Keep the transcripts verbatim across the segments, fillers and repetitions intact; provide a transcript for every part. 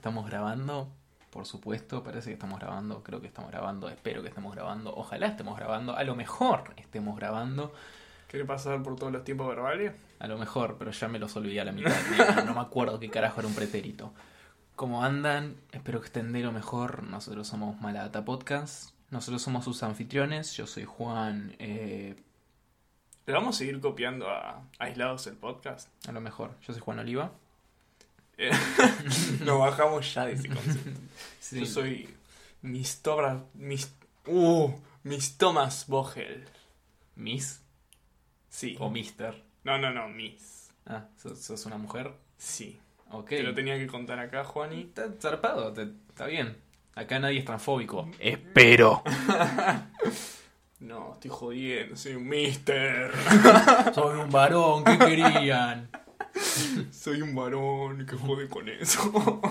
estamos grabando. Por supuesto, parece que estamos grabando. Creo que estamos grabando. Espero que estemos grabando. Ojalá estemos grabando. A lo mejor estemos grabando. ¿Quiere pasar por todos los tiempos verbales? A lo mejor, pero ya me los olvidé a la mitad. No, no me acuerdo qué carajo era un pretérito. ¿Cómo andan? Espero que estén de lo mejor. Nosotros somos Maladata Podcast. Nosotros somos sus anfitriones. Yo soy Juan. Eh, ¿Le vamos a seguir copiando a Aislados el podcast? a lo mejor. Yo soy Juan Oliva. Eh, Nos bajamos ya de ese concepto. Sí. Yo soy Miss Thomas... Miss, uh, Miss Thomas Vogel. ¿Miss? Sí. ¿O Mister? No, no, no, Miss. Ah, ¿sos, sos una mujer? Sí. Ok. Te lo tenía que contar acá, Juani. Está zarpado, te- está bien. Acá nadie es transfóbico. Espero. No, estoy jodiendo, soy un mister. Soy un varón, ¿qué querían? Soy un varón que jode con eso.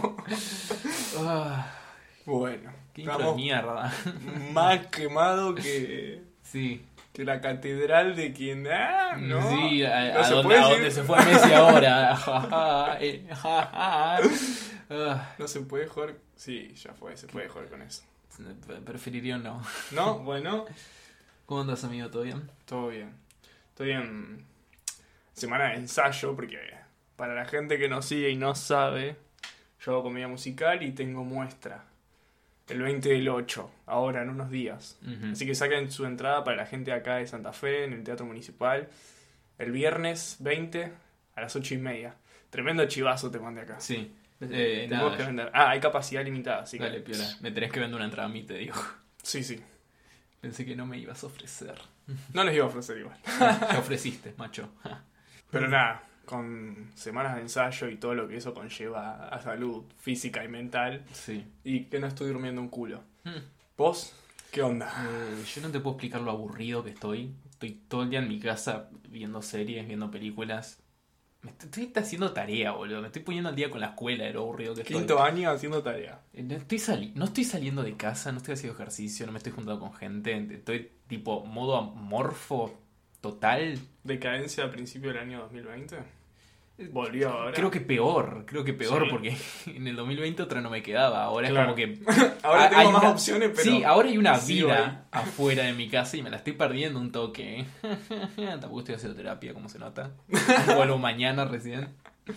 Ah, Bueno, qué intro de estamos mierda. más quemado que, Sí. que la catedral de quien... Ah, no. Sí, a, No a se dónde, puede a decir- dónde se fue Messi ahora. Ja, ja, eh, ja, ja. Ah, No se puede jugar... Sí, ya fue, se puede jugar con eso. preferiría no. ¿No? Bueno, ¿Cómo andas, amigo? ¿Todo bien? todo bien. Estoy en semana de ensayo porque para la gente que nos sigue y no sabe, yo hago comedia musical y tengo muestra. El veinte del ocho, ahora en unos días. Ujú. Así que saquen su entrada para la gente de acá de Santa Fe, en el Teatro Municipal. El viernes veinte a las ocho y media. Tremendo chivazo te mandé acá. Sí. Te Eh, tengo nada, que vender. Ah, hay capacidad limitada, así que... dale, piola. Me tenés que vender una entrada a mí, te digo. Sí, sí. Pensé que no me ibas a ofrecer. No les iba a ofrecer igual. Ya ofreciste, macho. Pero nada, con semanas de ensayo y todo lo que eso conlleva a salud física y mental. Sí. Y que no estoy durmiendo un culo. Hmm. ¿Vos? ¿Qué onda? Eh, yo no te puedo explicar lo aburrido que estoy. Estoy todo el día en mi casa viendo series, viendo películas. Me estoy, estoy haciendo tarea, boludo. Me estoy poniendo al día con la escuela de lo aburrido que estoy. Quinto año haciendo tarea. Eh, No estoy, sali- no estoy saliendo de casa, no estoy haciendo ejercicio, no me estoy juntando con gente. Estoy tipo modo amorfo total. Decadencia a principio del año dos mil veinte. Volvió ahora. Creo que peor, creo que peor Sí. porque en el dos mil veinte otra no me quedaba. Ahora Claro. es como que... Ahora Ah, tengo hay más una- opciones, pero... Sí, ahora hay una sigo vida afuera de mi casa y me la estoy perdiendo un toque. ¿eh? Tampoco estoy haciendo terapia, como se nota. Vuelvo mañana recién.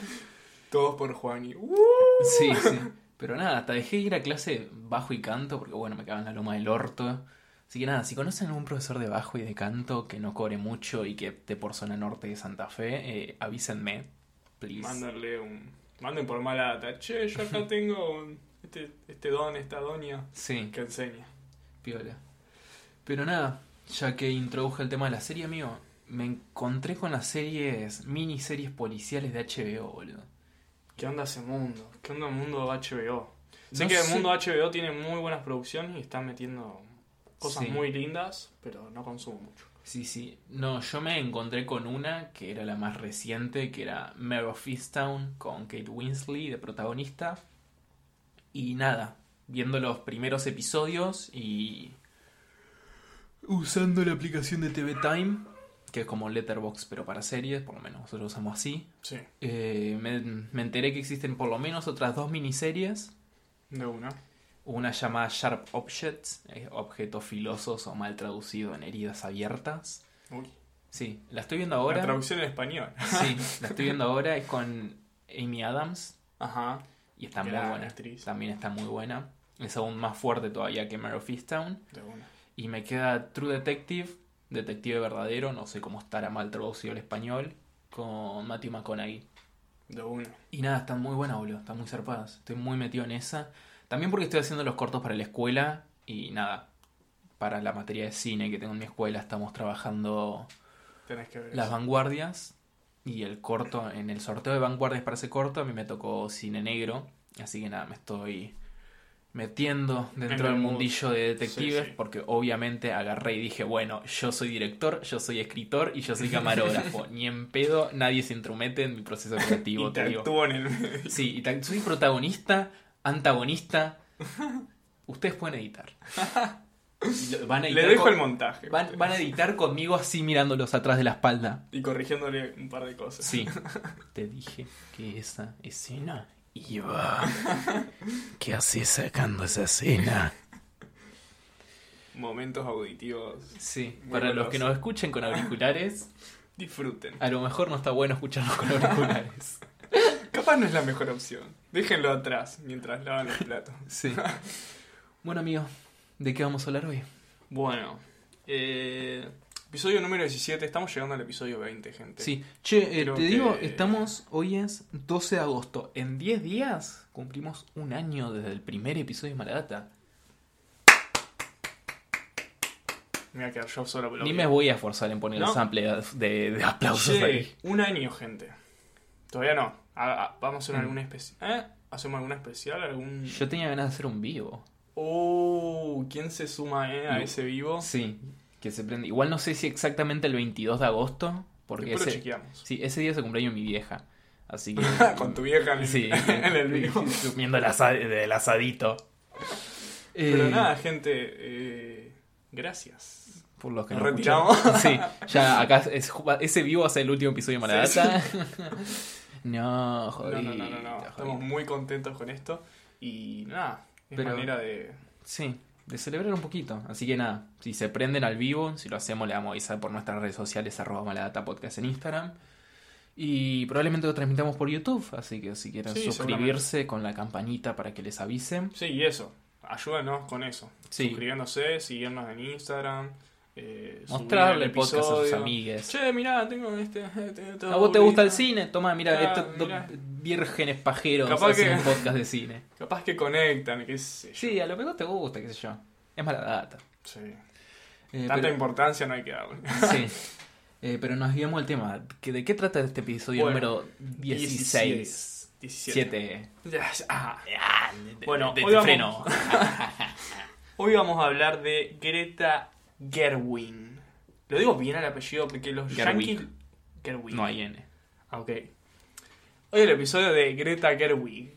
Todos por Juani. Uh, Sí, sí. Pero nada, hasta dejé de ir a clase bajo y canto porque, bueno, me cago en la loma del orto. Así que nada, si conocen a un profesor de bajo y de canto que no cobre mucho y que esté por zona norte de Santa Fe, eh, avísenme, please. Mándenle un... Manden por mala data. Che, yo acá tengo un- este, este don, esta doña Sí, que enseña. piola. Pero nada, ya que introduje el tema de la serie, amigo, me encontré con las series, miniseries policiales de H B O, boludo. ¿Qué onda ese mundo? ¿Qué onda el mundo de H B O? Sé No que el sé. mundo de H B O tiene muy buenas producciones y están metiendo cosas Sí. muy lindas, pero no consumo mucho. Sí, sí. No, yo me encontré con una que era la más reciente, que era Mare of Easttown, con Kate Winslet de protagonista. Y nada, viendo los primeros episodios y usando la aplicación de T V Time, que es como Letterboxd pero para series, por lo menos nosotros lo usamos así. Sí, Eh, me, me enteré que existen por lo menos otras dos miniseries. de una. Una llamada Sharp Objects, eh, objetos filosos o mal traducido en heridas abiertas. Uy. Sí, la estoy viendo La ahora. traducción en español. Sí, la estoy viendo ahora, es con Amy Adams Ajá. y está muy Gran buena. actriz. También está muy buena. Es aún más fuerte todavía que Mare of Easttown. De una. Y me queda True Detective, Detective Verdadero, no sé cómo estará mal traducido al español, con Matthew McConaughey. De una. Y nada, están muy buenas, boludo, están muy zarpadas. Estoy muy metido en esa. También porque estoy haciendo los cortos para la escuela y nada, para la materia de cine que tengo en mi escuela estamos trabajando Tenés que ver las eso. vanguardias y el corto, en el sorteo de vanguardias para ese corto a mí me tocó cine negro, así que nada, me estoy metiendo dentro En el del mood. mundillo de detectives Sí, sí. porque obviamente agarré y dije, bueno, yo soy director, yo soy escritor y yo soy camarógrafo, ni en pedo nadie se intromete en mi proceso creativo, te digo. Interactúo en el medio. Sí, y ta- soy protagonista, antagonista, ustedes pueden editar. Lo- Van a Le editar dejo con- el montaje. van, van a editar conmigo así mirándolos atrás de la espalda. Y corrigiéndole un par de cosas. Sí, te dije que esa escena Iba, ¿qué haces sacando esa escena? Momentos auditivos. Sí, Muy para los buenos. que nos escuchen con auriculares, Disfruten. a lo mejor no está bueno escucharnos con auriculares. Capaz no es la mejor opción. Déjenlo atrás mientras lavan los platos. Sí. Bueno, amigo, ¿de qué vamos a hablar hoy? Bueno, eh, episodio número diecisiete. Estamos llegando al episodio veinte, gente. Sí, che, eh, Creo te digo, que- estamos, hoy es doce de agosto. En diez días cumplimos un año desde el primer episodio de Maladata. Me voy a quedar yo solo. pero Ni bien. me voy a esforzar en poner ¿No? el sample de, de aplausos Che, ahí. un año, gente. Todavía no. A- a- vamos a hacer Mm. alguna especial. ¿Eh? ¿Hacemos alguna especial? ¿Algún...? Yo tenía ganas de hacer un vivo. Oh, ¿quién se suma eh, a Y- ese vivo? Sí, que se prende. Igual no sé si exactamente el veintidós de agosto, porque Después lo ese, chequeamos. sí, ese día es el cumpleaños de mi vieja. Así que... Con tu vieja en el, Sí, en el vivo. comiendo el, asa- del asadito. Pero Eh, nada, gente. eh, gracias. Por los que Nos no retiramos. escucharon. Sí, ya acá es- ese vivo va a ser el último episodio de Maladata. No, No, jodito. no, no, no, no. Estamos jodito. muy contentos con esto. Y nada, es Pero- manera de. Sí, de celebrar un poquito. Así que nada, si se prenden al vivo, si lo hacemos, le vamos a avisar por nuestras redes sociales, arroba Maladata Podcast en Instagram. Y probablemente lo transmitamos por YouTube. Así que si quieren Sí, suscribirse con la campanita para que les avisen. Sí, y eso. Ayúdanos con eso. Sí. Suscribiéndose, siguiendo en Instagram. Eh, subir Mostrarle el el podcast a sus episodio. amigues. Che, mirá, tengo este. este este ¿A vos te gusta el favorito. cine? Toma, mira, Claro, estos dos mirá. vírgenes pajeros Capaz hacen que- un podcast de cine. Capaz que conectan, qué sé yo. Sí, a lo mejor te gusta, qué sé yo. Es mala data. Sí. Eh, Tanta pero, importancia no hay que darle. sí. Eh, pero nos guiamos el tema. ¿Que ¿De qué trata este episodio Bueno, número dieciséis? diecisiete. siete. Ya, ya. Ah. Ah, de- Bueno, de- hoy de vamos- freno. Hoy vamos a hablar de Greta Gerwig. Lo digo bien el apellido porque los Gerwig. yankees... Gerwig. No hay N. Ah, ok. Hoy el episodio de Greta Gerwig.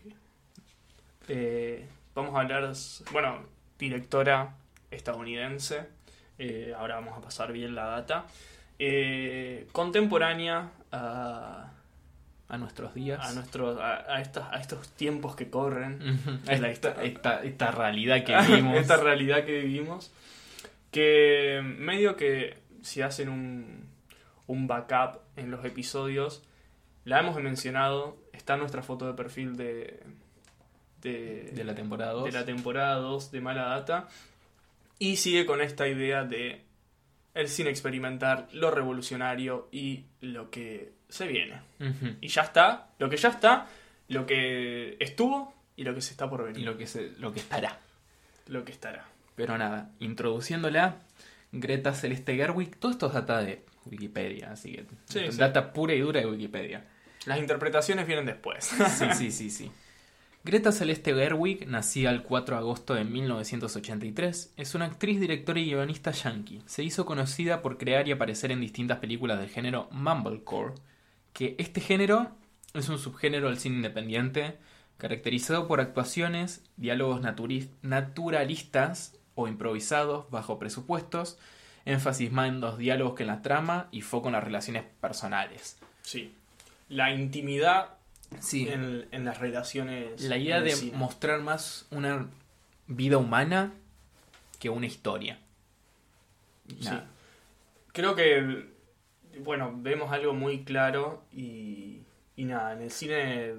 Eh, vamos a hablar... Bueno, directora estadounidense. Eh, ahora vamos a pasar bien la data. Eh, contemporánea a, A nuestros días. a, nuestros, a, a estos, a estos tiempos que corren. Ujú. Es la esta, historia. esta, esta realidad que vivimos. Esta realidad que vivimos. Que medio que si hacen un, un backup en los episodios, la hemos mencionado, está nuestra foto de perfil de, de, de la temporada dos. de la temporada dos de Mala Data. Y sigue con esta idea de el cine experimental, lo revolucionario y lo que se viene. Ujú. Y ya está, lo que ya está, lo que estuvo y lo que se está por venir. Y lo que, se, lo que estará. Lo que estará. Pero nada, introduciéndola, Greta Celeste Gerwig, todo esto es data de Wikipedia, así que Sí, sí. data pura y dura de Wikipedia. Las interpretaciones vienen después. Sí, sí, sí, sí. Greta Celeste Gerwig, nacida el cuatro de agosto de mil novecientos ochenta y tres, es una actriz, directora y guionista yankee. Se hizo conocida por crear y aparecer en distintas películas del género Mumblecore, que este género es un subgénero del cine independiente caracterizado por actuaciones, diálogos naturi- naturalistas o improvisados bajo presupuestos, énfasis más en los diálogos que en la trama y foco en las relaciones personales. Sí. La intimidad Sí, en, en las relaciones. la idea en el de cine. mostrar más una vida humana que una historia. Sí. Nada. Creo que, bueno, vemos algo muy claro y, y nada, en el cine,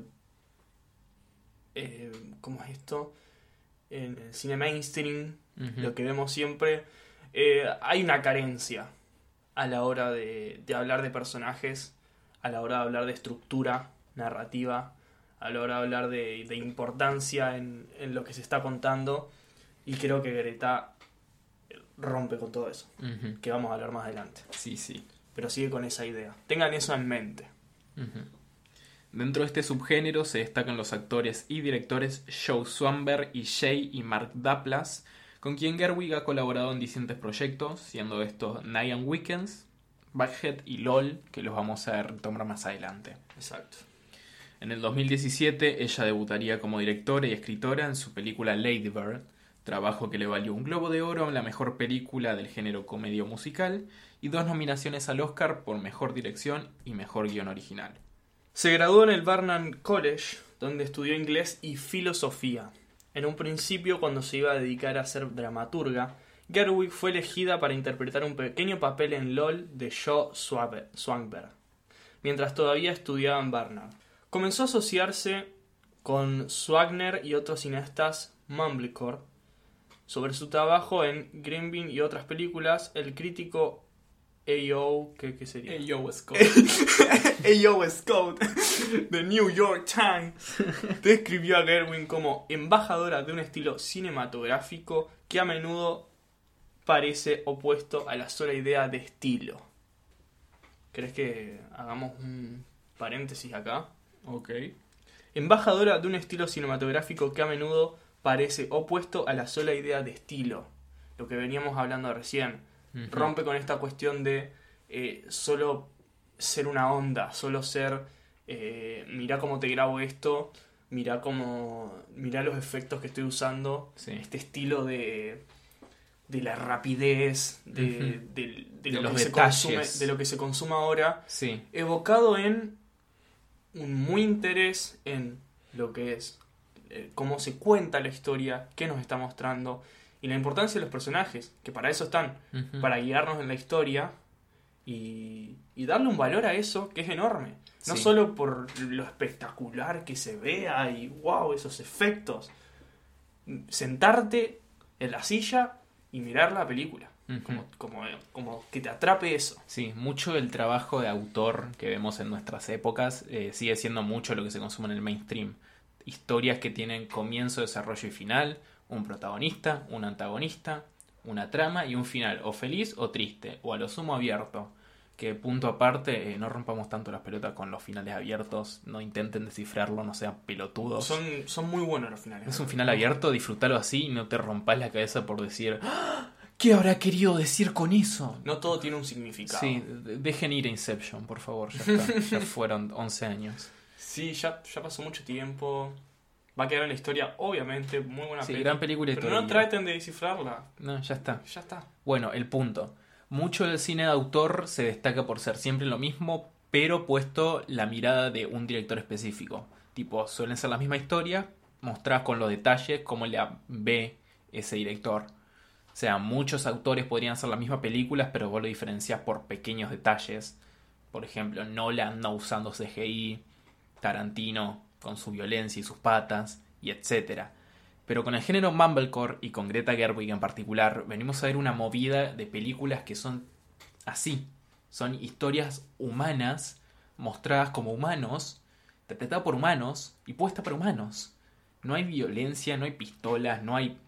eh, ¿cómo es esto? En el cine mainstream, Ujú. lo que vemos siempre, eh, hay una carencia a la hora de, de hablar de personajes, a la hora de hablar de estructura narrativa, a la hora de hablar de, de importancia en, en lo que se está contando, y creo que Greta rompe con todo eso, Ujú. que vamos a hablar más adelante. Sí, sí. Pero sigue con esa idea. Tengan eso en mente. Ujú. Dentro de este subgénero se destacan los actores y directores Joe Swanberg y Jay y Mark Duplass, con quien Gerwig ha colaborado en distintos proyectos, siendo estos Night and Weekends, Buckhead y LOL, que los vamos a retomar más adelante. Exacto. En el dos mil diecisiete ella debutaría como directora y escritora en su película Lady Bird, trabajo que le valió un Globo de Oro en la mejor película del género comedia musical y dos nominaciones al Oscar por Mejor Dirección y Mejor Guión Original. Se graduó en el Barnard College, donde estudió inglés y filosofía. En un principio, cuando se iba a dedicar a ser dramaturga, Gerwig fue elegida para interpretar un pequeño papel en LOL de Joe Swanberg, mientras todavía estudiaba en Barnard. Comenzó a asociarse con Swagner y otros cineastas mumblecore. Sobre su trabajo en Greenville y otras películas, el crítico A O ¿qué, qué sería? A O Scott. A O Scott de New York Times describió a Gerwig como embajadora de un estilo cinematográfico que a menudo parece opuesto a la sola idea de estilo. ¿Crees que hagamos un paréntesis acá? Ok. Embajadora de un estilo cinematográfico que a menudo parece opuesto a la sola idea de estilo. Lo que veníamos hablando recién. Uh-huh. Rompe con esta cuestión de eh, solo ser una onda, solo ser eh, mirá cómo te grabo esto, mirá cómo mirá los efectos que estoy usando, sí. Este estilo de de la rapidez, de, uh-huh. de, de, de lo los que detalles. se consume, de lo que se consume ahora, sí. Evocado en un muy interés en lo que es eh, cómo se cuenta la historia, qué nos está mostrando y la importancia de los personajes, que para eso están, uh-huh. para guiarnos en la historia y, y darle un valor a eso que es enorme. No sí. solo por lo espectacular que se vea y wow, esos efectos. Sentarte en la silla y mirar la película. Uh-huh. Como, como, como que te atrape eso. Sí, mucho del trabajo de autor que vemos en nuestras épocas eh, sigue siendo mucho lo que se consume en el mainstream. Historias que tienen comienzo, desarrollo y final, un protagonista, un antagonista, una trama y un final, o feliz o triste, o a lo sumo abierto. Que punto aparte, eh, no rompamos tanto las pelotas con los finales abiertos, no intenten descifrarlo, no sean pelotudos. Son, son muy buenos los finales. Es un final abierto, disfrutalo así y no te rompas la cabeza por decir ¿qué habrá querido decir con eso? No todo tiene un significado. Sí, dejen ir a Inception, por favor, ya está. Ya fueron once años. Sí, ya, ya pasó mucho tiempo. Va a quedar en la historia, obviamente, muy buena Sí, peli, gran película y pero todo. no traten de descifrarla. No, ya está. Ya está. Bueno, el punto. Mucho del cine de autor se destaca por ser siempre lo mismo, pero puesto la mirada de un director específico. Tipo, suelen ser la misma historia, mostradas con los detalles, cómo la ve ese director. O sea, muchos autores podrían hacer las mismas películas, pero vos lo diferenciás por pequeños detalles. Por ejemplo, Nolan no usando C G I, Tarantino con su violencia y sus patas, y etcétera. Pero con el género mumblecore y con Greta Gerwig en particular, venimos a ver una movida de películas que son así. Son historias humanas, mostradas como humanos, interpretadas por humanos y puestas por humanos. No hay violencia, no hay pistolas, no hay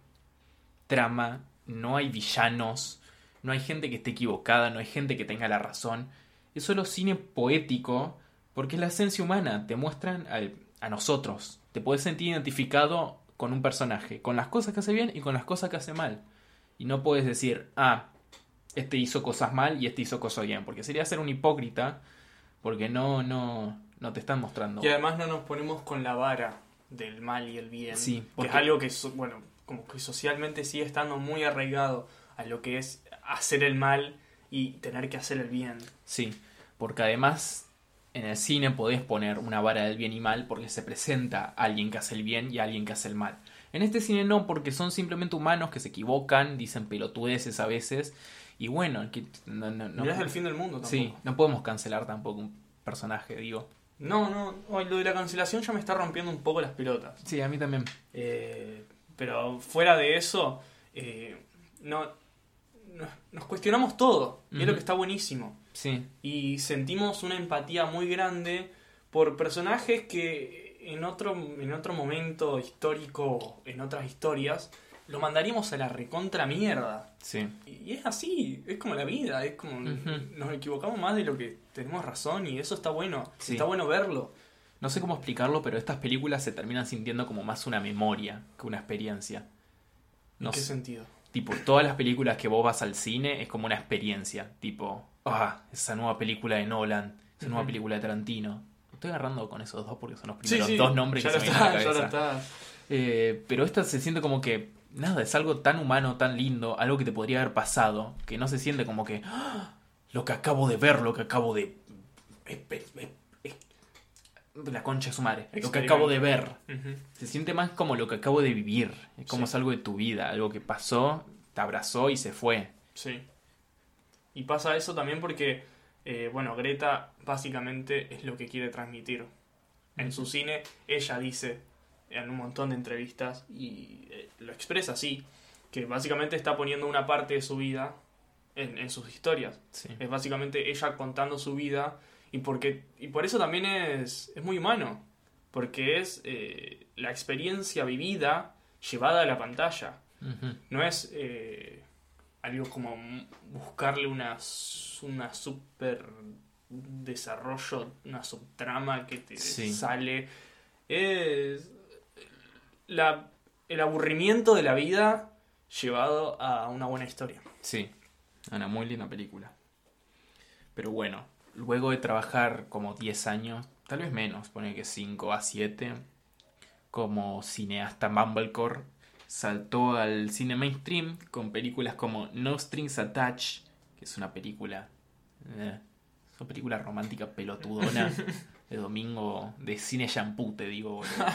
trama, no hay villanos, no hay gente que esté equivocada, no hay gente que tenga la razón. Es solo cine poético porque es la esencia humana. Te muestran al, a nosotros. Te puedes sentir identificado con un personaje, con las cosas que hace bien y con las cosas que hace mal. Y no puedes decir, ah, este hizo cosas mal y este hizo cosas bien, porque sería ser un hipócrita, porque no, no, no te están mostrando. Y además no nos ponemos con la vara del mal y el bien, sí, porque... que es algo que, bueno, como que socialmente sigue estando muy arraigado a lo que es hacer el mal y tener que hacer el bien. Sí, porque además en el cine podés poner una vara del bien y mal porque se presenta alguien que hace el bien y alguien que hace el mal. En este cine no, porque son simplemente humanos que se equivocan, dicen pelotudeces a veces, y bueno, que no, no, no, no es el fin del mundo tampoco. Sí, no podemos cancelar tampoco un personaje, digo. No, no, oh, lo de la cancelación ya me está rompiendo un poco las pelotas. Sí, a mí también. Eh, pero fuera de eso, eh, no, no, nos cuestionamos todo, y uh-huh. es lo que está buenísimo. Sí. Y sentimos una empatía muy grande por personajes que en otro, en otro momento histórico, en otras historias, lo mandaríamos a la recontra mierda. Sí. Y es así, es como la vida, es como uh-huh. nos equivocamos más de lo que tenemos razón y eso está bueno, sí. Está bueno verlo. No sé cómo explicarlo, pero estas películas se terminan sintiendo como más una memoria que una experiencia. No ¿En qué sé. sentido? Tipo, todas las películas que vos vas al cine es como una experiencia. Tipo, ah, esa nueva película de Nolan, esa uh-huh. nueva película de Tarantino. Estoy agarrando con esos dos porque son los primeros sí, sí. dos nombres ya que se me está, vienen a la cabeza. Ya lo está. Eh, pero esta se siente como que, nada, es algo tan humano, tan lindo, algo que te podría haber pasado, que no se siente como que, ¡ah! Lo que acabo de ver, lo que acabo de... la concha de su madre, lo que Experimento. acabo de ver. Ujú. Se siente más como lo que acabo de vivir. Es como Sí. es algo de tu vida, algo que pasó, te abrazó y se fue. Sí. Y pasa eso también porque, eh, bueno, Greta básicamente es lo que quiere transmitir. En su cine, ella dice en un montón de entrevistas, y eh, lo expresa así, que básicamente está poniendo una parte de su vida en, en sus historias. Sí. Es básicamente ella contando su vida, y, porque, y por eso también es, es muy humano, porque es eh, la experiencia vivida llevada a la pantalla. Ujú. No es eh, algo como buscarle una, una super desarrollo, una subtrama que te Sí. sale. Es la, el aburrimiento de la vida llevado a una buena historia. Sí, una muy linda película. Pero bueno, luego de trabajar como diez años, tal vez menos, pone que cinco a siete, como cineasta mumblecore, saltó al cine mainstream con películas como No Strings Attached, que es una película... Eh, es una película romántica pelotudona de domingo de cine shampoo, te digo, boludo.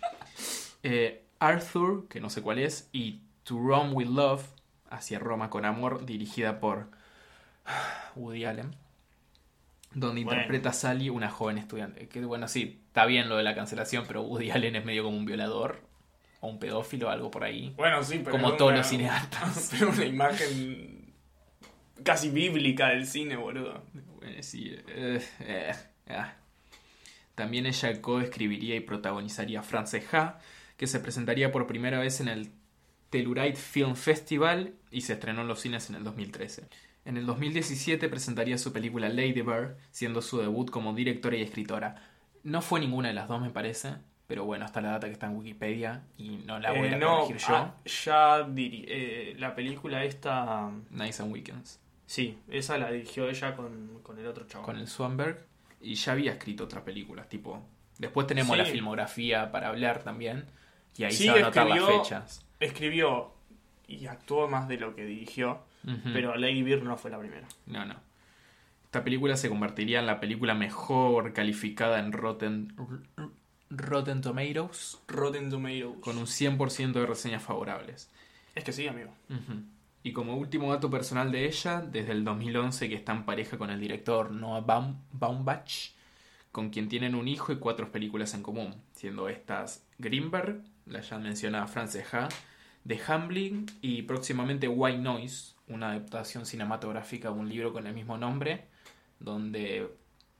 Eh, Arthur, que no sé cuál es, y To Rome with Love, Hacia Roma con Amor, dirigida por Woody Allen, donde Bueno. interpreta a Sally, una joven estudiante. Que bueno, sí, está bien lo de la cancelación, pero Woody Allen es medio como un violador o un pedófilo, algo por ahí. Bueno, sí, pero Como es todos una- los cineastas. Pero una imagen casi bíblica del cine, boludo. Bueno, sí, eh, eh, ah. También ella coescribiría y protagonizaría Frances Ha, que se presentaría por primera vez en el Telluride Film Festival y se estrenó en los cines en el dos mil trece. En el dos mil diecisiete presentaría su película Lady Bird, siendo su debut como directora y escritora. No fue ninguna de las dos, me parece, pero bueno, está la data que está en Wikipedia y no la voy Eh, a no, corregir yo. ah, ya diri- eh, la película esta... Nights and Weekends, Sí, esa la dirigió ella con, con el otro chavo. con el Swanberg, y ya había escrito otras películas, tipo... Después tenemos Sí. la filmografía para hablar también, y ahí Sí, se van a anotar las escribió- fechas. Escribió y actuó más de lo que dirigió, Ujú. pero Lady Bird no fue la primera. No, no. Esta película se convertiría en la película mejor calificada en Rotten, Rotten Tomatoes, Rotten Tomatoes. con un cien por ciento de reseñas favorables. Es que sí, amigo. Ujú. Y como último dato personal de ella, desde el dos mil once que está en pareja con el director Noah Baum- Baumbach, con quien tienen un hijo y cuatro películas en común, siendo estas Greenberg, la ya mencionada Frances Ha, The Humbling y próximamente White Noise, una adaptación cinematográfica de un libro con el mismo nombre, donde,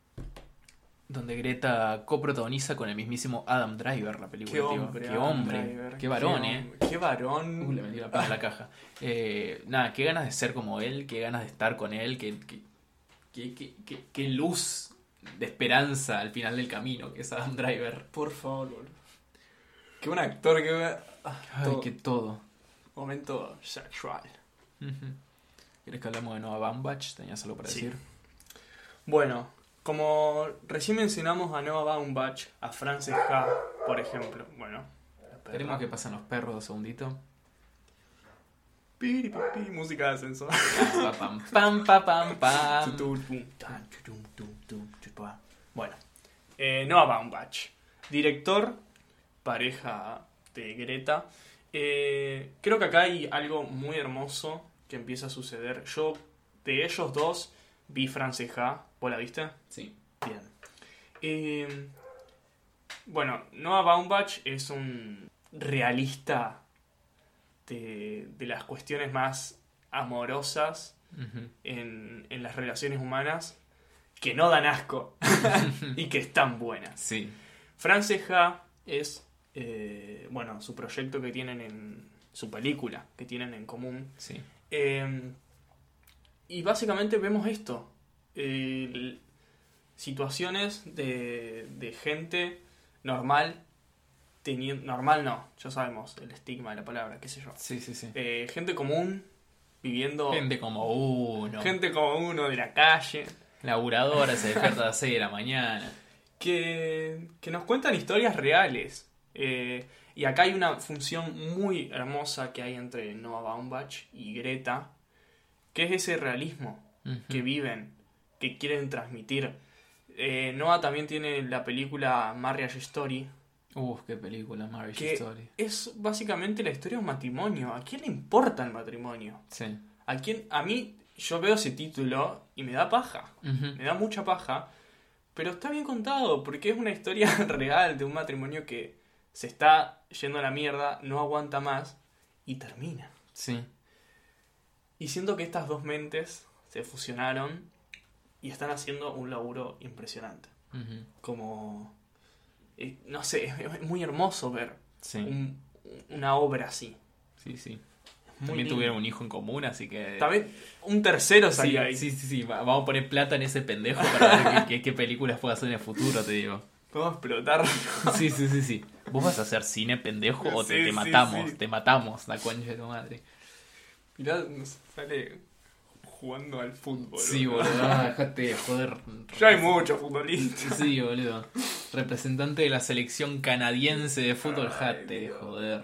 donde Greta coprotagoniza con el mismísimo Adam Driver la película. Qué tío. hombre. qué Adam hombre, Driver, qué varón, qué eh. hombre, Qué varón. Uh, le metí la pata en la caja. Eh, nada, qué ganas de ser como él, qué ganas de estar con él, qué, qué, qué, qué, qué- qué luz de esperanza al final del camino que es Adam Driver. Por favor, boludo. Qué buen actor, qué buen... ah, Ay, todo. qué todo. Momento sexual. Ujú. ¿Quieres que hablemos de Noah Baumbach? ¿Tenías algo para Sí. decir? Bueno, como recién mencionamos a Noah Baumbach, a Frances Ha, por ejemplo. Bueno, Esperemos que pasen los perros dos segunditos. Piri, pi, pi, música de ascensor. Pa, pam, pam, pa, pam, pam. Bueno, eh, Noah Baumbach, director, pareja de Greta. Eh, creo que acá hay algo muy hermoso que empieza a suceder. Yo, de ellos dos, vi Frances Ha. ¿Vos la viste? Sí. Bien. Eh, bueno, Noah Baumbach es un realista de, de las cuestiones más amorosas Ujú. en, en las relaciones humanas que no dan asco y que están buenas. Sí. Frances Ha es, eh, bueno, su proyecto que tienen en... su película que tienen en común. Sí. Eh, y básicamente vemos esto. Eh, situaciones de, de gente normal teniendo... Normal no, ya sabemos el estigma de la palabra, qué sé yo. Sí, sí, sí. Eh, gente común viviendo... Gente como uno. gente como uno de la calle. Laburadora, se despierta a las seis de la mañana. que, que nos cuentan historias reales. Eh, y acá hay una función muy hermosa que hay entre Noah Baumbach y Greta, que es ese realismo Ujú. que viven, que quieren transmitir. Eh, Noah también tiene la película Marriage Story, Uf, qué película, Marriage que Story. es básicamente la historia de un matrimonio. ¿A quién le importa el matrimonio? Sí. ¿A quién? A mí, yo veo ese título y me da paja. Ujú. Me da mucha paja. Pero está bien contado, porque es una historia real de un matrimonio que se está yendo a la mierda, no aguanta más y termina. Sí. Y siento que estas dos mentes se fusionaron y están haciendo un laburo impresionante. Ujú. Como, eh, no sé, es muy hermoso ver Sí. un- una obra así. Sí, sí. Muy También lindo. tuvieron un hijo en común, así que... También un tercero Sí, salió ahí. sí, sí, sí. Va- Vamos a poner plata en ese pendejo para ver qué, qué- qué películas puede hacer en el futuro, te digo. Podemos explotar. Sí, sí, sí, sí. ¿Vos vas a hacer cine, pendejo, o te, Sí, te sí, matamos? sí. Te matamos, la concha de tu madre. Mirá, nos sale jugando al fútbol. Sí, boludo. Ah, dejate de joder. Ya hay muchos futbolistas. Sí, boludo. Representante de la selección canadiense de fútbol, Ay, jate de Dios. joder.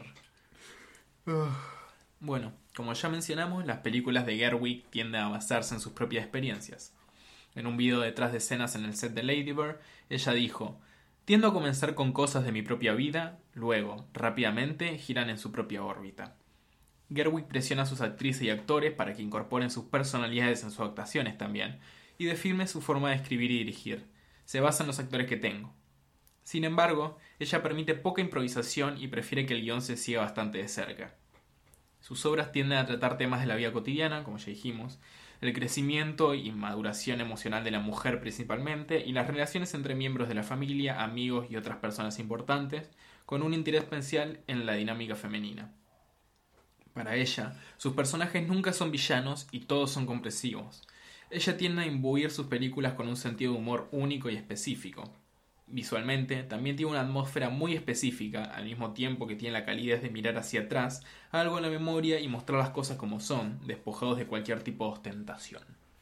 Bueno, como ya mencionamos, las películas de Gerwig tienden a basarse en sus propias experiencias. En un video detrás de escenas en el set de Lady Bird, ella dijo: tiendo a comenzar con cosas de mi propia vida, luego, rápidamente, giran en su propia órbita. Gerwig presiona a sus actrices y actores para que incorporen sus personalidades en sus actuaciones también, y define su forma de escribir y dirigir. Se basa en los actores que tengo. Sin embargo, ella permite poca improvisación y prefiere que el guión se siga bastante de cerca. Sus obras tienden a tratar temas de la vida cotidiana, como ya dijimos, el crecimiento y maduración emocional de la mujer principalmente, y las relaciones entre miembros de la familia, amigos y otras personas importantes, con un interés especial en la dinámica femenina. Para ella, sus personajes nunca son villanos y todos son comprensivos. Ella tiende a imbuir sus películas con un sentido de humor único y específico. Visualmente, también tiene una atmósfera muy específica, al mismo tiempo que tiene la calidez de mirar hacia atrás, algo en la memoria y mostrar las cosas como son, despojados de cualquier tipo de ostentación.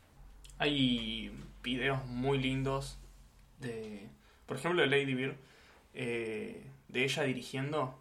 Hay videos muy lindos de, por ejemplo, de Lady Bird, eh, de ella dirigiendo.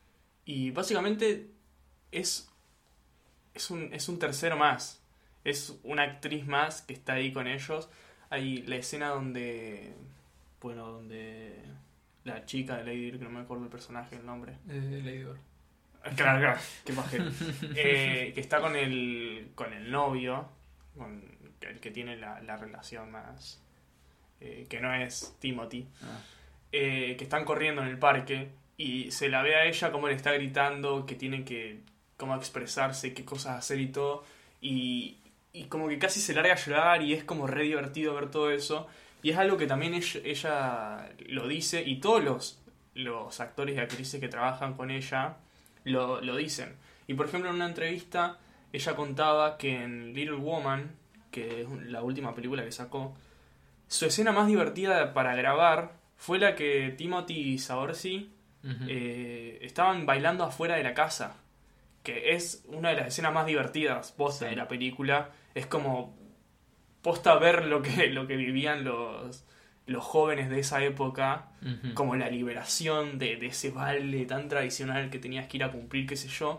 Y básicamente es, es, un, es un tercero más. Es una actriz más que está ahí con ellos. Hay la escena donde... Bueno, donde la chica de Lady Bird, que no me acuerdo el personaje, el nombre. Eh, Lady Bird. Claro, claro, qué pajero. Eh, que está con el, con el novio, con el que tiene la, la relación más... Eh, que no es Timothy. Ah. Eh, que están corriendo en el parque y se la ve a ella como le está gritando que tiene que cómo expresarse, qué cosas hacer y todo. Y, y como que casi se larga a llorar y es como re divertido ver todo eso. Y es algo que también ella, ella lo dice y todos los, los actores y actrices que trabajan con ella lo, lo dicen. Y por ejemplo en una entrevista ella contaba que en Little Woman, que es la última película que sacó, su escena más divertida para grabar fue la que Timothy y Saoirse Uh-huh. eh, estaban bailando afuera de la casa, que es una de las escenas más divertidas posta Sí. de la película. Es como posta ver lo que, lo que vivían los, los jóvenes de esa época, Uh-huh. como la liberación de, de ese baile tan tradicional que tenías que ir a cumplir, qué sé yo.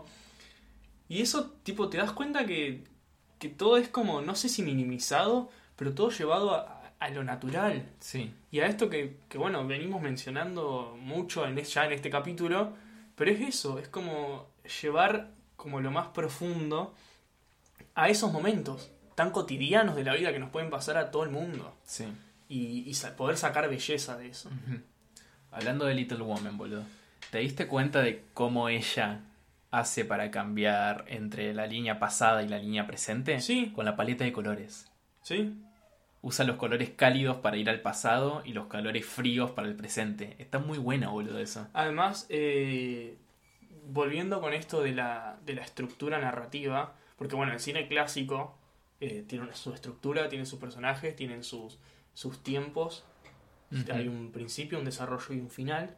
Y eso, tipo, te das cuenta que, que todo es como, no sé si minimizado, pero todo llevado a, a lo natural. Sí. Y a esto que, que, bueno, venimos mencionando mucho en, ya en este capítulo, pero es eso, es como llevar como lo más profundo a esos momentos tan cotidianos de la vida que nos pueden pasar a todo el mundo. Sí. Y, y sa- poder sacar belleza de eso. Uh-huh. Hablando de Little Woman, boludo, ¿te diste cuenta de cómo ella hace para cambiar entre la línea pasada y la línea presente? Sí. Con la paleta de colores. ¿Sí? Usa los colores cálidos para ir al pasado y los colores fríos para el presente. Está muy buena, boludo, eso. Además, eh, volviendo con esto de la, de la estructura narrativa, porque bueno, el cine clásico eh, tiene una- su estructura, tiene sus personajes, tienen sus, sus tiempos, Uh-huh. hay un principio, un desarrollo y un final.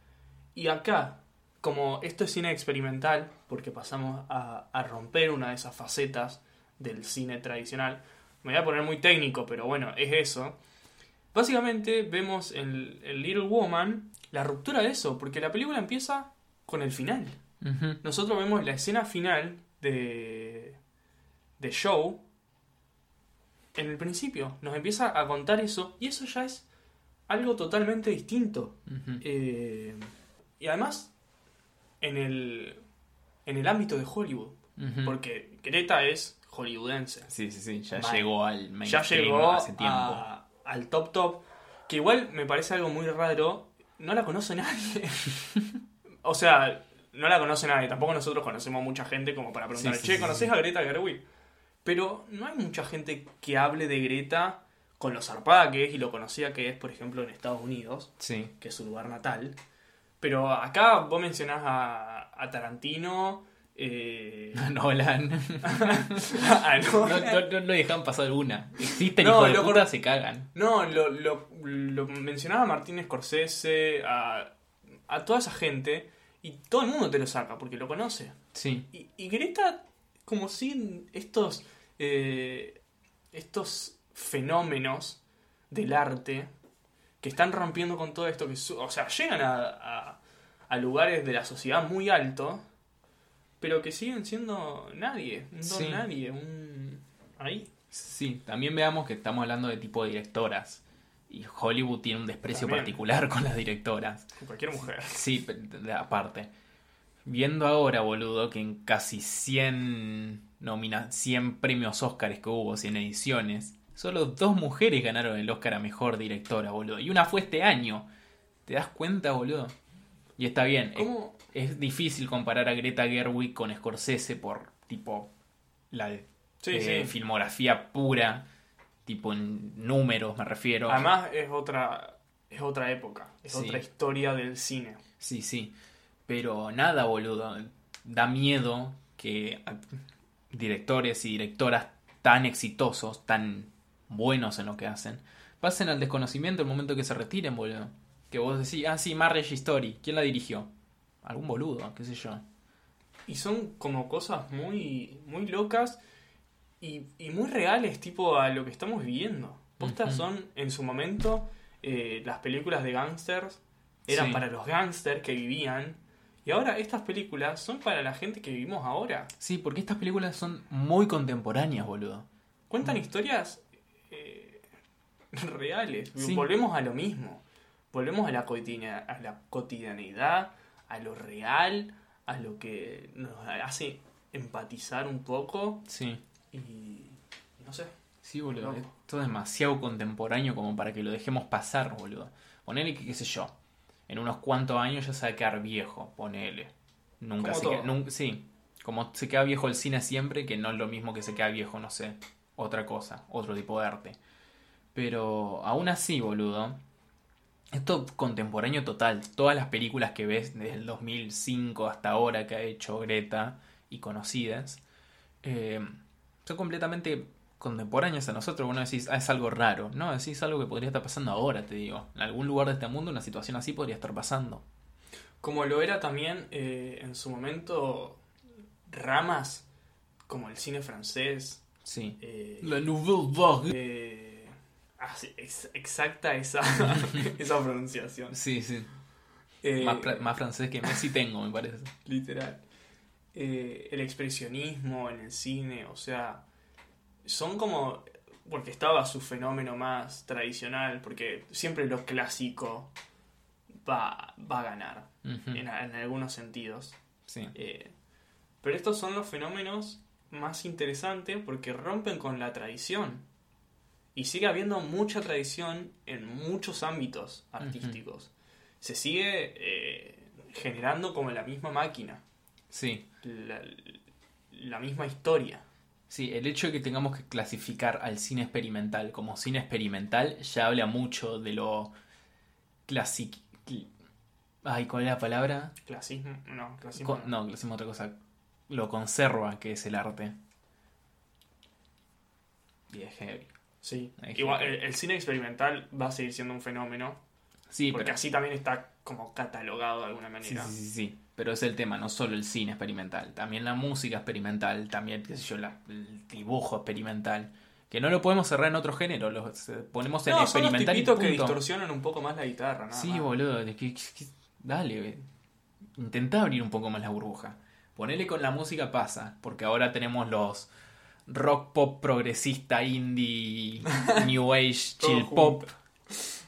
Y acá, como esto es cine experimental, porque pasamos a, a romper una de esas facetas del cine tradicional, me voy a poner muy técnico, pero bueno, es eso. Básicamente vemos en, en Little Woman la ruptura de eso, porque la película empieza con el final. Uh-huh. Nosotros vemos la escena final de, de Show en el principio. Nos empieza a contar eso y eso ya es algo totalmente distinto. Ujú. Eh, y además, en el, en el ámbito de Hollywood. Ujú. Porque Greta es hollywoodense. Sí, sí, sí, ya Vale. llegó al Ya mainstream llegó hace tiempo. a- al top top. Que igual me parece algo muy raro. No la conoce nadie. O sea, no la conoce nadie. Tampoco nosotros conocemos mucha gente como para preguntar, Sí, sí, che, sí, ¿conoces sí. a Greta Gerwig? Pero no hay mucha gente que hable de Greta con lo zarpada que es y lo conocida que es, por ejemplo, en Estados Unidos, Sí. que es su lugar natal. Pero acá vos mencionás a, a Tarantino, eh, Nolan. a No, Nolan. no, no lo dejan pasar una. Existen No, hijos de loco, puta, no. se cagan. No, lo, lo, lo mencionaba a Martín Scorsese, a, a toda esa gente, y todo el mundo te lo saca porque lo conoce. Sí. Y, y Greta, como si estos, eh, estos fenómenos del arte que están rompiendo con todo esto, que su- o sea, llegan a, a, a lugares de la sociedad muy altos, pero que siguen siendo nadie, un don Sí. nadie, un... ahí. Sí, también veamos que estamos hablando de tipo de directoras. Y Hollywood tiene un desprecio También. particular con las directoras. Con cualquier mujer. Sí, pe- de- aparte. Viendo ahora, boludo, que en casi cien, nomina cien premios Oscars que hubo, cien ediciones, solo dos mujeres ganaron el Oscar a Mejor Directora, boludo. Y una fue este año. ¿Te das cuenta, boludo? Y está bien. Es, ¿Cómo? es difícil comparar a Greta Gerwig con Scorsese por, tipo, la Sí, eh, sí. filmografía pura, tipo en números me refiero. Además es otra, es otra época, es Sí. otra historia del cine. Sí, sí. Pero nada, boludo. Da miedo que a- directores y directoras tan exitosos, tan buenos en lo que hacen, pasen al desconocimiento el momento que se retiren, boludo. Que vos decís, ah, sí, Marriage Story. ¿Quién la dirigió? Algún boludo, qué sé yo. Y son como cosas muy, muy locas y, y muy reales, tipo a lo que estamos viviendo. Postas Ujú. son, en su momento, eh, las películas de gángsters eran Sí. para los gángsters que vivían. Y ahora estas películas son para la gente que vivimos ahora. Sí, porque estas películas son muy contemporáneas, boludo. Cuentan historias eh, reales. Sí. Volvemos a lo mismo. Volvemos a la, cotidiana- a la cotidianidad, a lo real, a lo que nos hace empatizar un poco. Sí. Y no sé. Sí, boludo. Loco. Esto es demasiado contemporáneo como para que lo dejemos pasar, boludo. Ponele que, qué sé yo, en unos cuantos años ya se va a quedar viejo, ponele. Nunca Como se queda, todo. nun- sí, como se queda viejo el cine siempre, que no es lo mismo que se queda viejo, no sé, otra cosa, otro tipo de arte. Pero aún así, boludo, esto contemporáneo total. Todas las películas que ves desde el dos mil cinco hasta ahora que ha hecho Greta y conocidas, eh, son completamente contemporáneas a nosotros. Bueno, decís, ah, es algo raro. No, decís algo que podría estar pasando ahora, te digo. En algún lugar de este mundo una situación así podría estar pasando. Como lo era también eh, en su momento ramas como el cine francés. Sí. eh, La Nouvelle Vague. eh, ah, sí, ex- exacta esa, esa pronunciación. Sí, sí. Eh, Más, fra- más francés que Messi tengo, me parece. Literal. Eh, el expresionismo en el cine, o sea, son como... Porque estaba su fenómeno más tradicional, porque siempre lo clásico va, va a ganar, Ujú. en, en algunos sentidos. Sí. Eh, pero estos son los fenómenos más interesantes porque rompen con la tradición. Y sigue habiendo mucha tradición en muchos ámbitos artísticos. Se sigue eh, generando como la misma máquina, Sí. la, la misma historia. Sí, el hecho de que tengamos que clasificar al cine experimental como cine experimental ya habla mucho de lo clásico. Ay, ¿cuál es la palabra? Clasismo, no, clasismo. Con- no, clasismo otra cosa. Lo conserva que es el arte. Y es heavy. Sí. Hay Igual, gente- el, el cine experimental va a seguir siendo un fenómeno, Sí, porque pero, así también está como catalogado de alguna sí, manera. sí, sí, sí. Pero es el tema, no solo el cine experimental, también la música experimental, también, qué sé yo, la- el dibujo experimental. Que no lo podemos cerrar en otro género, lo eh, ponemos en No, son los experimental y tipitos que punto. distorsionan un poco más la guitarra, nada Sí, más. boludo, de que- que- que- dale, eh. Intentá abrir un poco más la burbuja. Ponele con la música pasa, porque ahora tenemos los rock pop progresista, indie, new age, Todo chill junto. pop.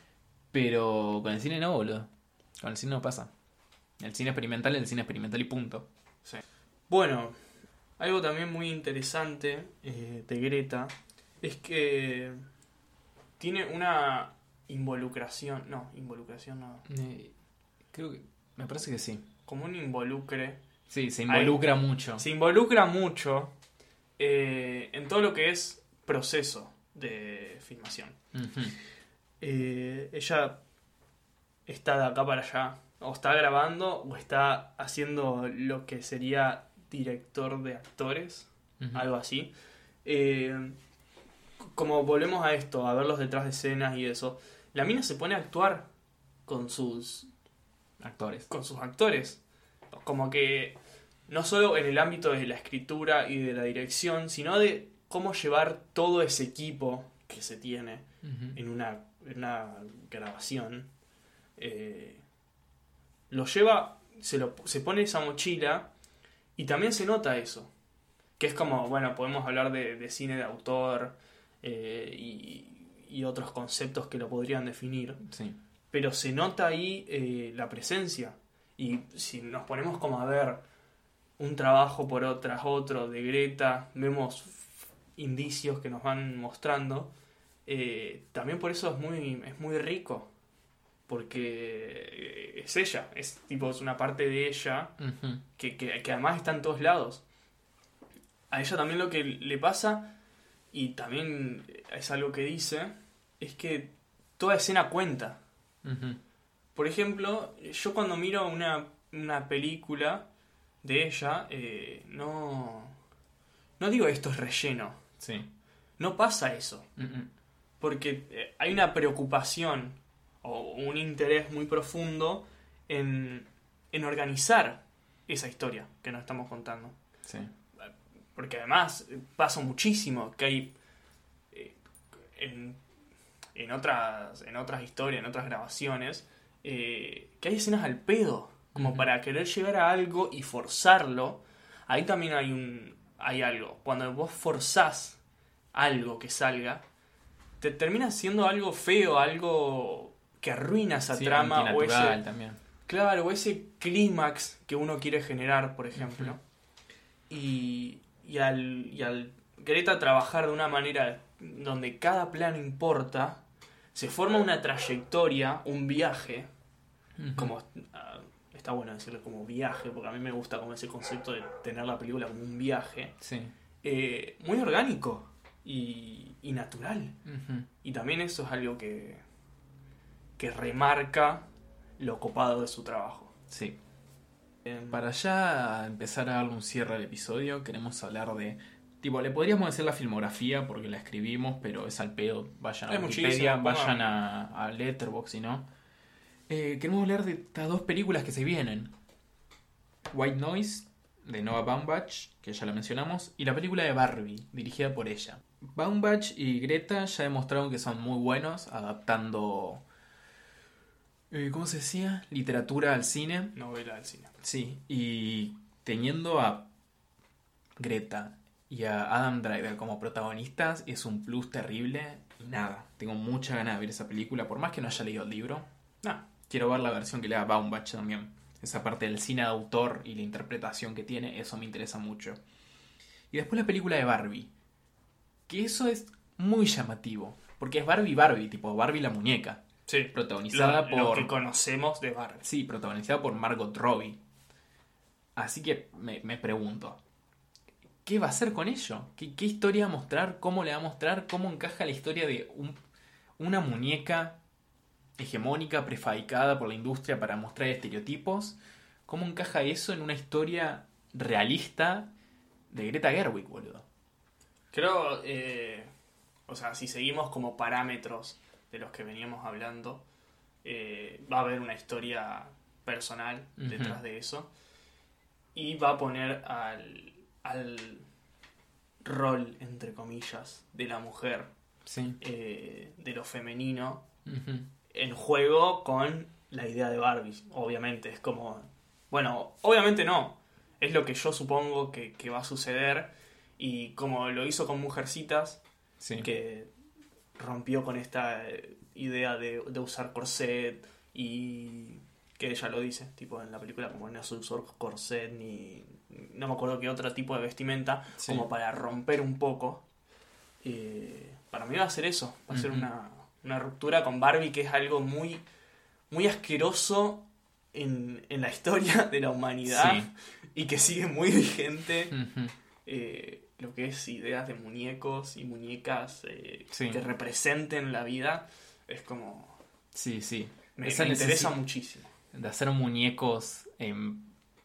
Pero con el cine no, boludo. Con el cine no pasa. El cine experimental es el cine experimental y punto. Sí. Bueno, algo también muy interesante eh, de Greta es que tiene una involucración, no, involucración no, Eh, creo que... Me parece que sí. como un involucre. Sí, se involucra Hay- mucho. Se involucra mucho eh, en todo lo que es proceso de filmación. Ujú. Eh, ella está de acá para allá, o está grabando, o está haciendo lo que sería director de actores, Ujú. algo así. Eh, como volvemos a esto, a ver los detrás de escenas y eso, la mina se pone a actuar con sus, Actores. con sus actores. Como que no solo en el ámbito de la escritura y de la dirección, sino de cómo llevar todo ese equipo que se tiene Ujú. en una, en una grabación. Eh, lo lleva, se, lo, se pone esa mochila y también se nota eso. Que es como, bueno, podemos hablar de, de cine de autor eh, y, y otros conceptos que lo podrían definir, Sí. pero se nota ahí eh, la presencia. Y si nos ponemos como a ver un trabajo por o- tras otro de Greta, vemos indicios que nos van mostrando, eh, también por eso es muy, es muy rico. Porque es ella, es tipo es una parte de ella Ujú. que, que, que además está en todos lados. A ella también lo que le pasa, y también es algo que dice, es que toda escena cuenta. Ujú. Por ejemplo, yo cuando miro una, una película de ella, eh, no, no digo esto es relleno. Sí. No pasa eso. Ujú. Porque eh, hay una preocupación o un interés muy profundo en, en organizar esa historia que nos estamos contando. Sí. Porque además eh, pasa muchísimo que hay eh, en, en, otras, en otras historias, en otras grabaciones, eh, que hay escenas al pedo, como Ujú. para querer llegar a algo y forzarlo. Ahí también hay un hay algo. Cuando vos forzás algo que salga, te termina siendo algo feo, algo que arruina esa Sí, trama o antinatural ese, también. claro, o ese clímax que uno quiere generar, por ejemplo. Ujú. Y, y, al, y al Greta trabajar de una manera donde cada plano importa, se forma una trayectoria, un viaje, Ujú. como ah, está bueno decirlo como viaje, porque a mí me gusta como ese concepto de tener la película como un viaje, Sí. eh, muy orgánico y, y natural. Ujú. Y también eso es algo que, que remarca lo copado de su trabajo. Sí. Em, Para ya empezar a darle un cierre al episodio, queremos hablar de... Tipo, le podríamos decir la filmografía porque la escribimos, pero es al pedo. Vayan a Hay Wikipedia, muchísimo, vayan pongan- a, a Letterboxd, si no. Eh, queremos hablar de estas dos películas que se vienen. White Noise, de Noah Baumbach, que ya la mencionamos, y la película de Barbie, dirigida por ella. Baumbach y Greta ya demostraron que son muy buenos adaptando... eh, ¿Cómo se decía? Literatura al cine. novela del cine. Sí, y teniendo a Greta y a Adam Driver como protagonistas es un plus terrible. Y nada, tengo mucha ganas de ver esa película, por más que no haya leído el libro. Nah, Quiero ver la versión que le da Baumbach también. Esa parte del cine de autor y la interpretación que tiene, eso me interesa mucho. Y después la película de Barbie. Que eso es muy llamativo. Porque es Barbie Barbie, tipo Barbie la muñeca. sí. Protagonizada Lo, lo por... que conocemos de Barbie. Sí, protagonizada por Margot Robbie. Así que me, me pregunto, ¿qué va a hacer con ello? ¿Qué, qué historia va a mostrar? ¿Cómo le va a mostrar? ¿Cómo encaja la historia de un- una muñeca hegemónica, prefabricada por la industria para mostrar estereotipos? ¿Cómo encaja eso en una historia realista de Greta Gerwig, boludo? Creo, eh, o sea, si seguimos como parámetros de los que veníamos hablando, eh, va a haber una historia personal Ujú. detrás de eso. Y va a poner al, al rol, entre comillas, de la mujer, Sí. eh, de lo femenino, Ujú. en juego con la idea de Barbie. Obviamente, es como... Bueno, obviamente no. Es lo que yo supongo que, que va a suceder. Y como lo hizo con Mujercitas, Sí. que rompió con esta eh, idea de, de usar corset y que ella lo dice, tipo en la película, como no se usó corset ni no me acuerdo qué otro tipo de vestimenta, Sí. como para romper un poco. Eh, para mí va a ser eso, va a ser Ujú. una, una ruptura con Barbie, que es algo muy, muy asqueroso en, en la historia de la humanidad Sí. y que sigue muy vigente. Ujú. Eh, lo que es ideas de muñecos y muñecas eh, Sí. que representen la vida, es como... Sí, sí. Me, Esa me interesa necesi- muchísimo. De hacer muñecos, en,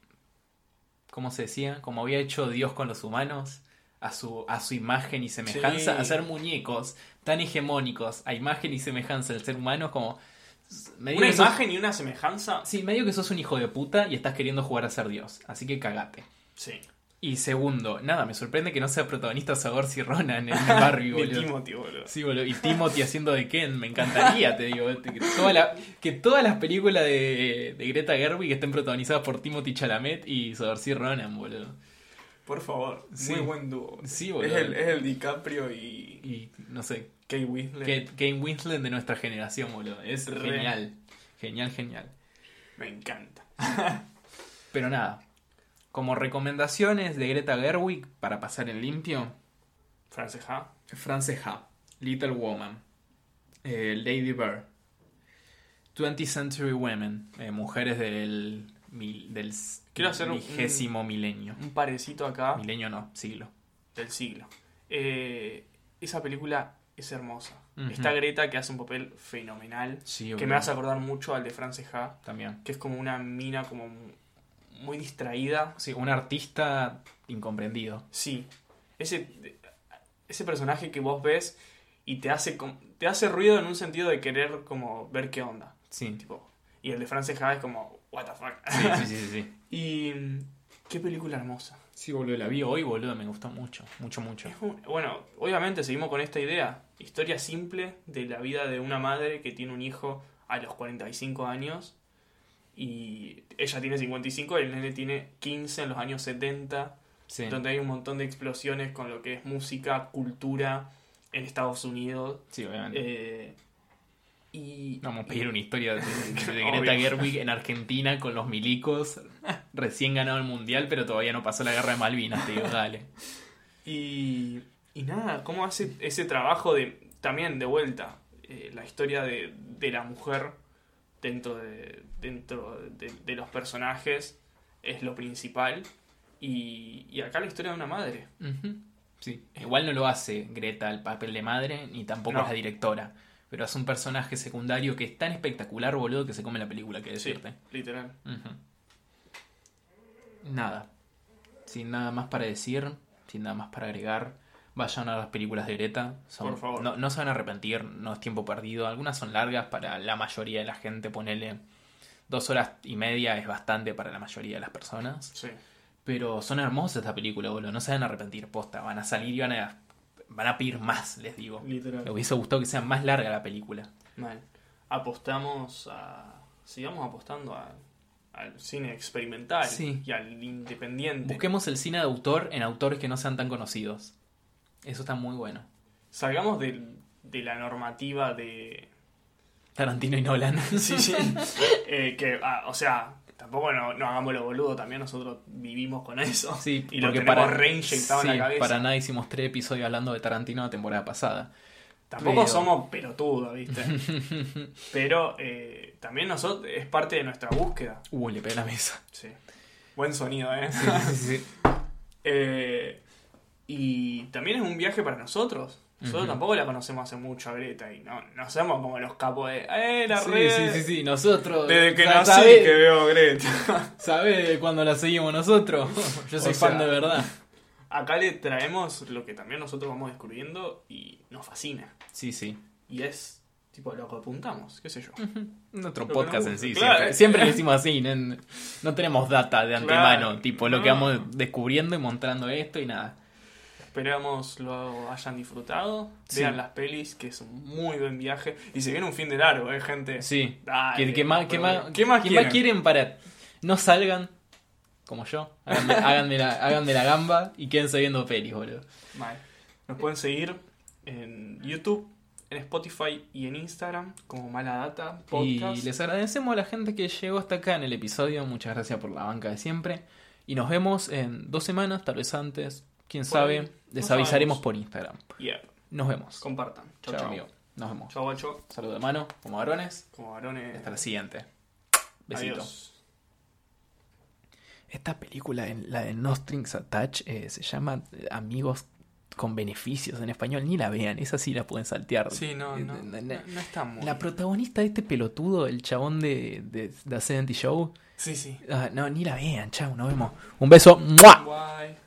¿cómo se decía? Como había hecho Dios con los humanos, a su, a su imagen y semejanza, Sí. hacer muñecos tan hegemónicos a imagen y semejanza del ser humano como... Medio Una que sos- imagen y una semejanza. sí, medio que sos un hijo de puta y estás queriendo jugar a ser Dios, así que cagate. Sí. Y segundo, nada, me sorprende que no sea protagonista Saoirse Ronan en Barbie, Ni boludo. Timothy, boludo. Sí, boludo. Y Timothy haciendo de Ken, me encantaría, te digo. Que, toda la- que todas las películas de, de Greta Gerwig estén protagonizadas por Timothy Chalamet y Saoirse Ronan, boludo. Por favor, Sí. muy buen dúo. Sí, boludo. Es el, es el DiCaprio y Y no sé, Kate Winslet. Kate, Kate Winslet de nuestra generación, boludo. Es Re. genial. Genial, genial. Me encanta. Pero nada, como recomendaciones de Greta Gerwig para pasar en limpio, Frances Ha. Frances Ha, Little Woman, eh, Lady Bird, twentieth Century Women, eh, mujeres del, mil- del Quiero hacer un- vigésimo milenio. Un parecito acá Milenio no, siglo. del siglo. Eh, esa película es hermosa. Ujú. Está Greta, que hace un papel fenomenal. Sí, Que boludo. me hace acordar mucho al de Frances Ha. También. Que es como una mina como muy distraída. Sí, un artista incomprendido. Sí. Ese, ese personaje que vos ves y te hace, com- te hace ruido en un sentido de querer como ver qué onda. Sí, Tipo, y el de Frances Ha es como, what the fuck. sí, sí, sí, sí. Y mm, qué película hermosa. Sí, boludo, la vi hoy, boludo, me gustó mucho, mucho, mucho. Es un- bueno, obviamente seguimos con esta idea. Historia simple de la vida de una madre que tiene un hijo a los cuarenta y cinco años. Y ella tiene cincuenta y cinco y el nene tiene quince en los años setenta. Sí, Donde hay un montón de explosiones con lo que es música, cultura en Estados Unidos. sí, obviamente. Eh, y Vamos a pedir una historia de, de Obvio. Greta Gerwig en Argentina con los milicos. Recién ganado el mundial, pero todavía no pasó la guerra de Malvinas, te digo, dale. Y, y nada, cómo hace ese trabajo de, también de vuelta, eh, la historia de, de la mujer dentro, de, dentro de, de los personajes es lo principal. Y, y acá la historia de una madre. Ujú. Sí. Igual no lo hace Greta el papel de madre, ni tampoco No. es la directora. Pero es un personaje secundario que es tan espectacular, boludo, que se come la película, que Sí, decirte. literal. Ujú. Nada. Sin nada más para decir, sin nada más para agregar. Vayan a las películas de Greta. Son- Por favor. No, no se van a arrepentir, no es tiempo perdido. Algunas son largas para la mayoría de la gente, ponele dos horas y media es bastante para la mayoría de las personas. Sí. Pero son hermosas estas películas, boludo. No se van a arrepentir, posta. Van a salir y van a, van a pedir más, les digo. Literal. Me hubiese gustado que sea más larga la película. Mal. Apostamos a. Sigamos apostando a- al cine experimental Sí. y al independiente. Busquemos el cine de autor en autores que no sean tan conocidos. Eso está muy bueno. Salgamos de, de la normativa de. Tarantino y Nolan. Sí, sí. Eh, que, ah, o sea, tampoco no, no hagamos lo boludo, también nosotros vivimos con eso. Sí, y lo porque tenemos para, reinyectado sí, en la cabeza. para nada hicimos tres episodios hablando de Tarantino la temporada pasada. Tampoco Pero- somos pelotudos, ¿viste? Pero eh, también nosotros es parte de nuestra búsqueda. Uh, le pegué a la mesa. Sí. Buen sonido, ¿eh? Sí, sí, sí. Eh, y también es un viaje para nosotros. Nosotros Ujú. tampoco la conocemos hace mucho a Greta y no, no somos como los capos de ¡eh, la Sí, red! sí, sí, sí, nosotros. Desde que sa- nací ¿sabe- que veo a Greta. ¿Sabe de cuándo la seguimos nosotros? Yo soy O sea, fan de verdad. Acá le traemos lo que también nosotros vamos descubriendo y nos fascina. Sí, sí. Y es tipo lo que apuntamos, qué sé yo. Nuestro Lo que podcast nos en gusta. sí. Claro, siempre, eh. siempre lo hicimos así. No, no tenemos data de antemano. Claro, Tipo, lo no. que vamos descubriendo y mostrando esto y nada. Esperamos lo hayan disfrutado. Sí. Vean las pelis, que es un muy buen viaje. Y se viene un fin de largo, ¿eh, gente? Sí. Dale, ¿Qué, qué más, qué, pero- más, ¿Qué más qué quieren? más quieren para... No salgan como yo. Háganme, háganme la, háganme la gamba y quédense viendo pelis, boludo. Mal. Nos pueden seguir en YouTube, en Spotify y en Instagram como Mala Data Podcast. Y les agradecemos a la gente que llegó hasta acá en el episodio. Muchas gracias por la banca de siempre. Y nos vemos en dos semanas, tal vez antes. Quién Por sabe. ahí, Les no avisaremos sabemos. por Instagram. Yeah. Nos vemos. Compartan. Chau, Chao, chau. amigo. Nos vemos. Chau, guacho. Saludo de mano, como varones. Como varones. Hasta la siguiente. Besito. Adiós. Esta película, en- la de No Strings Attached, eh, se llama eh, Amigos con Beneficios en español. Ni la vean, esa sí la pueden saltear. Sí, no, Eh, no. eh, No, eh, no está muy. La protagonista de este pelotudo, el chabón de, de The setenta Show. Sí, sí. Ah, no, ni la vean, chao, nos vemos. Un beso. ¡Mua! Bye.